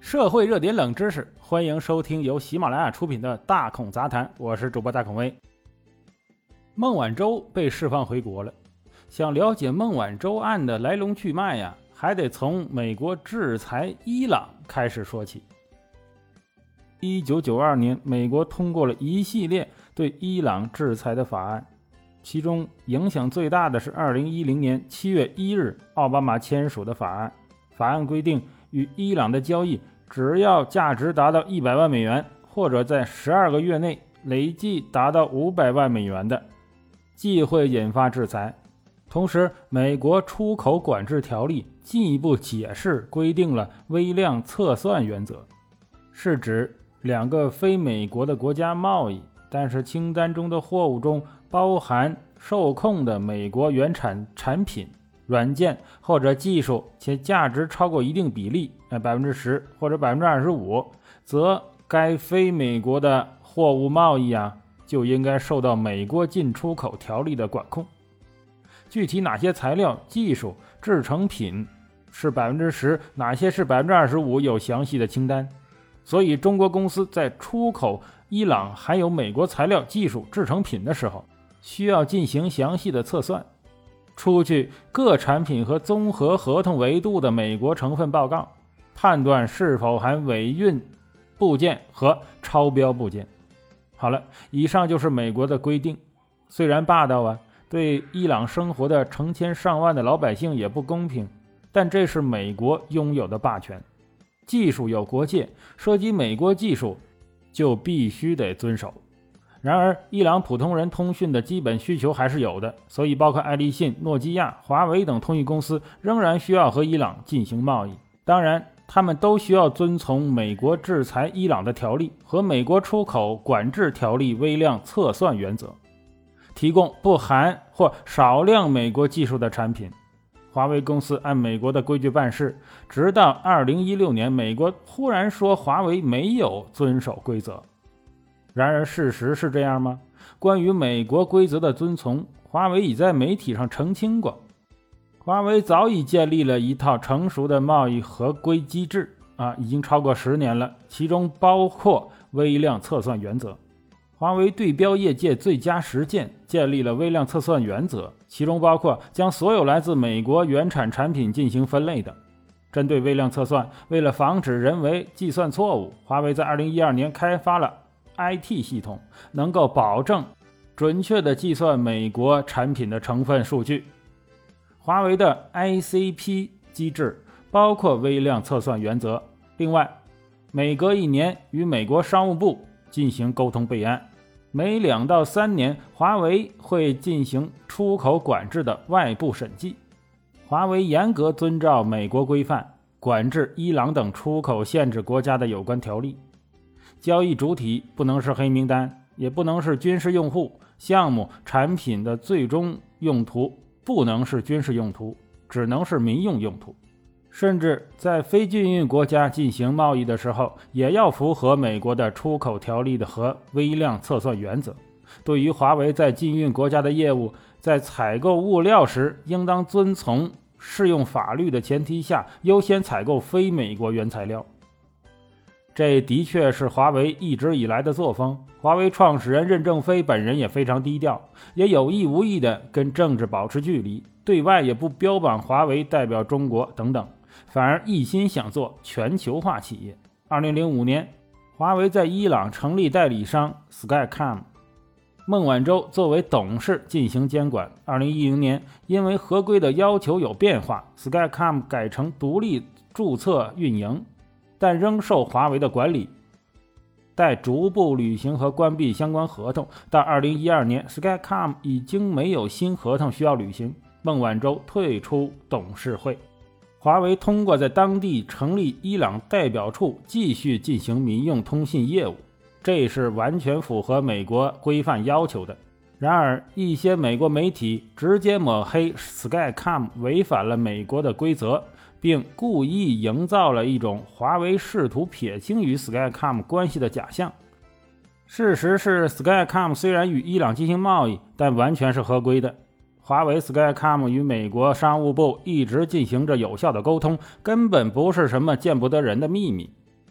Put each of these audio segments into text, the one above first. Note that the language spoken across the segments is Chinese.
社会热点冷知识，欢迎收听由喜马拉雅出品的大孔杂谈，我是主播大孔威。孟晚舟被释放回国了，想了解孟晚舟案的来龙去脉呀，还得从美国制裁伊朗开始说起。1992年，美国通过了一系列对伊朗制裁的法案，其中影响最大的是2010年7月1日奥巴马签署的法案。法案规定，与伊朗的交易只要价值达到100万美元，或者在12个月内累计达到500万美元的，即会引发制裁。同时，美国出口管制条例进一步解释规定了微量测算原则，是指两个非美国的国家贸易，但是清单中的货物中包含受控的美国原产产品、软件或者技术，且价值超过一定比例，10%或者25%，则该非美国的货物贸易就应该受到美国进出口条例的管控。具体哪些材料、技术、制成品是10%，哪些是25%，有详细的清单。所以中国公司在出口伊朗含有美国材料、技术、制成品的时候，需要进行详细的测算，出具各产品和综合合同维度的美国成分报告，判断是否含伪运部件和超标部件。好了，以上就是美国的规定，虽然霸道对伊朗生活的成千上万的老百姓也不公平，但这是美国拥有的霸权。技术有国界，涉及美国技术就必须得遵守。然而伊朗普通人通讯的基本需求还是有的，所以包括爱立信、诺基亚、华为等通讯公司仍然需要和伊朗进行贸易。当然他们都需要遵从美国制裁伊朗的条例和美国出口管制条例微量测算原则，提供不含或少量美国技术的产品。华为公司按美国的规矩办事，直到2016年，美国忽然说华为没有遵守规则。然而事实是这样吗？关于美国规则的遵从，华为已在媒体上澄清过。华为早已建立了一套成熟的贸易合规机制已经超过10年了，其中包括微量测算原则。华为对标业界最佳实践，建立了微量测算原则，其中包括将所有来自美国原产产品进行分类的。针对微量测算，为了防止人为计算错误，华为在2012年开发了 IT 系统，能够保证准确地计算美国产品的成分数据。华为的 ICP 机制包括微量测算原则，另外每隔1年与美国商务部进行沟通备案，每2到3年华为会进行出口管制的外部审计。华为严格遵照美国规范，管制伊朗等出口限制国家的有关条例。交易主体不能是黑名单，也不能是军事用户，项目产品的最终用途不能是军事用途，只能是民用用途。甚至在非禁运国家进行贸易的时候，也要符合美国的出口条例的和微量测算原则。对于华为在禁运国家的业务，在采购物料时，应当遵从适用法律的前提下，优先采购非美国原材料。这的确是华为一直以来的作风。华为创始人任正非本人也非常低调，也有意无意地跟政治保持距离，对外也不标榜华为代表中国等等，反而一心想做全球化企业。2005年，华为在伊朗成立代理商 Skycom， 孟晚舟作为董事进行监管。2010年，因为合规的要求有变化， Skycom 改成独立注册运营，但仍受华为的管理。待逐步履行和关闭相关合同，到2012年 Skycom 已经没有新合同需要履行，孟晚舟退出董事会。华为通过在当地成立伊朗代表处继续进行民用通信业务，这是完全符合美国规范要求的。然而一些美国媒体直接抹黑 Skycom 违反了美国的规则，并故意营造了一种华为试图撇清与 Skycom 关系的假象。事实是 Skycom 虽然与伊朗进行贸易，但完全是合规的。华为 Skycom 与美国商务部一直进行着有效的沟通，根本不是什么见不得人的秘密。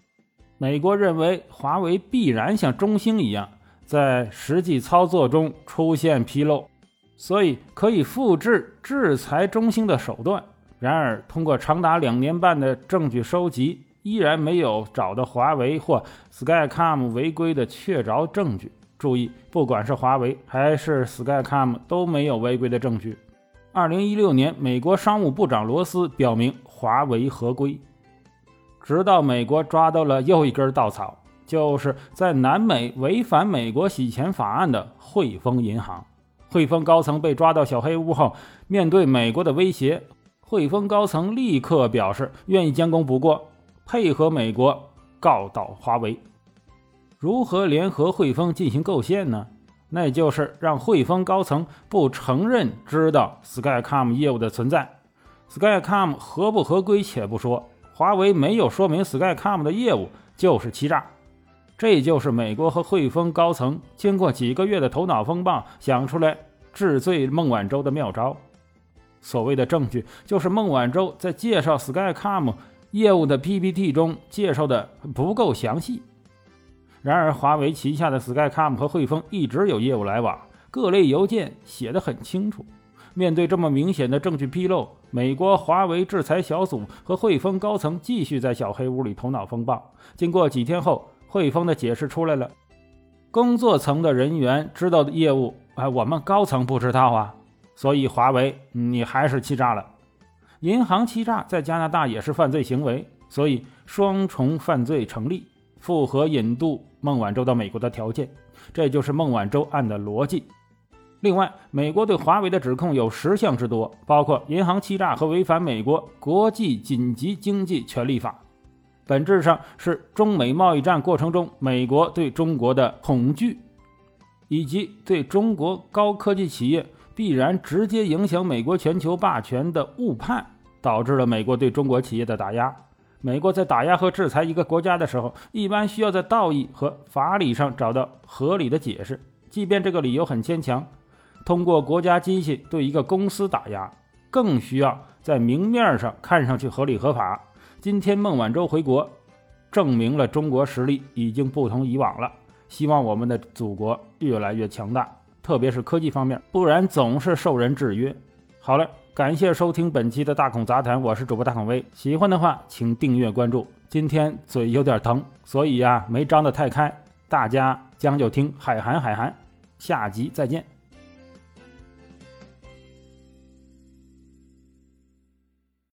美国认为华为必然像中兴一样，在实际操作中出现纰漏，所以可以复制制裁中兴的手段。然而，通过长达2年半的证据收集，依然没有找到华为或 Skycom 违规的确凿证据。注意，不管是华为还是 Skycom 都没有违规的证据。2016年，美国商务部长罗斯表明华为合规。直到美国抓到了又一根稻草，就是在南美违反美国洗钱法案的汇丰银行。汇丰高层被抓到小黑屋后，面对美国的威胁，汇丰高层立刻表示愿意将功补过，配合美国告倒华为。如何联合汇丰进行构陷呢？那就是让汇丰高层不承认知道 Skycom 业务的存在。 Skycom 合不合规且不说，华为没有说明 Skycom 的业务就是欺诈。这就是美国和汇丰高层经过几个月的头脑风暴想出来治罪孟晚舟的妙招。所谓的证据，就是孟晚舟在介绍 Skycom 业务的 PPT 中介绍的不够详细。然而华为旗下的 Skycom 和汇丰一直有业务来往，各类邮件写得很清楚。面对这么明显的证据纰漏，美国华为制裁小组和汇丰高层继续在小黑屋里头脑风暴。经过几天后，汇丰的解释出来了，工作层的人员知道的业务，我们高层不知道啊，所以华为你还是欺诈了。银行欺诈在加拿大也是犯罪行为，所以双重犯罪成立，符合引渡孟晚舟到美国的条件，这就是孟晚舟案的逻辑。另外，美国对华为的指控有10项之多，包括银行欺诈和违反美国国际紧急经济权利法，本质上是中美贸易战过程中美国对中国的恐惧，以及对中国高科技企业必然直接影响美国全球霸权的误判，导致了美国对中国企业的打压。美国在打压和制裁一个国家的时候，一般需要在道义和法理上找到合理的解释，即便这个理由很牵强。通过国家机器对一个公司打压，更需要在明面上看上去合理合法。今天孟晚舟回国，证明了中国实力已经不同以往了。希望我们的祖国越来越强大，特别是科技方面，不然总是受人制约。好了，感谢收听本期的大孔杂谈，我是主播大孔威。喜欢的话请订阅关注。今天嘴有点疼，所以没张得太开，大家将就听海涵海涵。下集再见。